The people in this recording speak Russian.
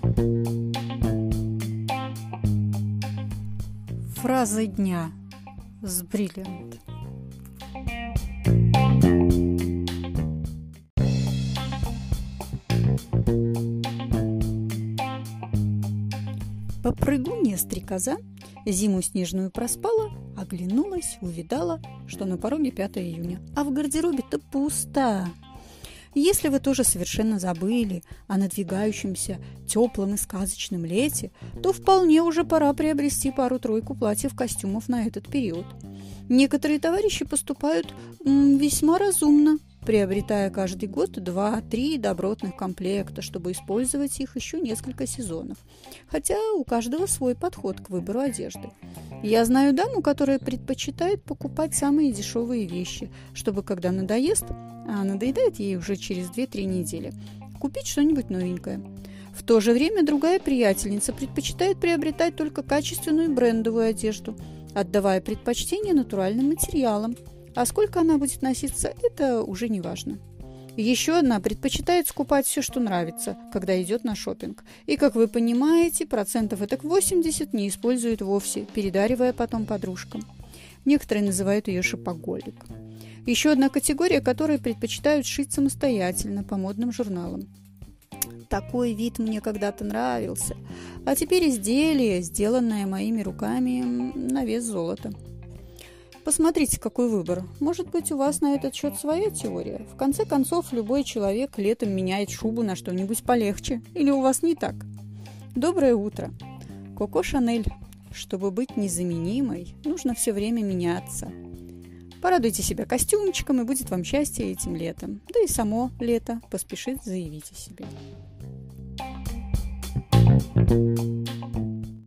Фраза дня с Brilliant. Попрыгунья-стрекоза зиму снежную проспала, оглянулась, увидала, что на пороге 5 июня, а в гардеробе-то пусто. Если вы тоже совершенно забыли о надвигающемся теплом и сказочном лете, то вполне уже пора приобрести пару-тройку платьев-костюмов на этот период. Некоторые товарищи поступают весьма разумно, приобретая каждый год 2-3 добротных комплекта, чтобы использовать их еще несколько сезонов. Хотя у каждого свой подход к выбору одежды. Я знаю даму, которая предпочитает покупать самые дешевые вещи, чтобы когда надоест, а надоедает ей уже через 2-3 недели, купить что-нибудь новенькое. В то же время другая приятельница предпочитает приобретать только качественную брендовую одежду, отдавая предпочтение натуральным материалам. А сколько она будет носиться, это уже не важно. Еще одна предпочитает скупать все, что нравится, когда идет на шопинг. И, как вы понимаете, процентов этак 80 не использует вовсе, передаривая потом подружкам. Некоторые называют ее шопоголик. Еще одна категория, которые предпочитают шить самостоятельно по модным журналам. Такой вид мне когда-то нравился, а теперь изделие, сделанное моими руками, на вес золота. Посмотрите, какой выбор. Может быть, у вас на этот счет своя теория? В конце концов, любой человек летом меняет шубу на что-нибудь полегче. Или у вас не так? Доброе утро. Коко Шанель. Чтобы быть незаменимой, нужно все время меняться. Порадуйте себя костюмчиком, и будет вам счастье этим летом. Да и само лето поспешит заявить о себе.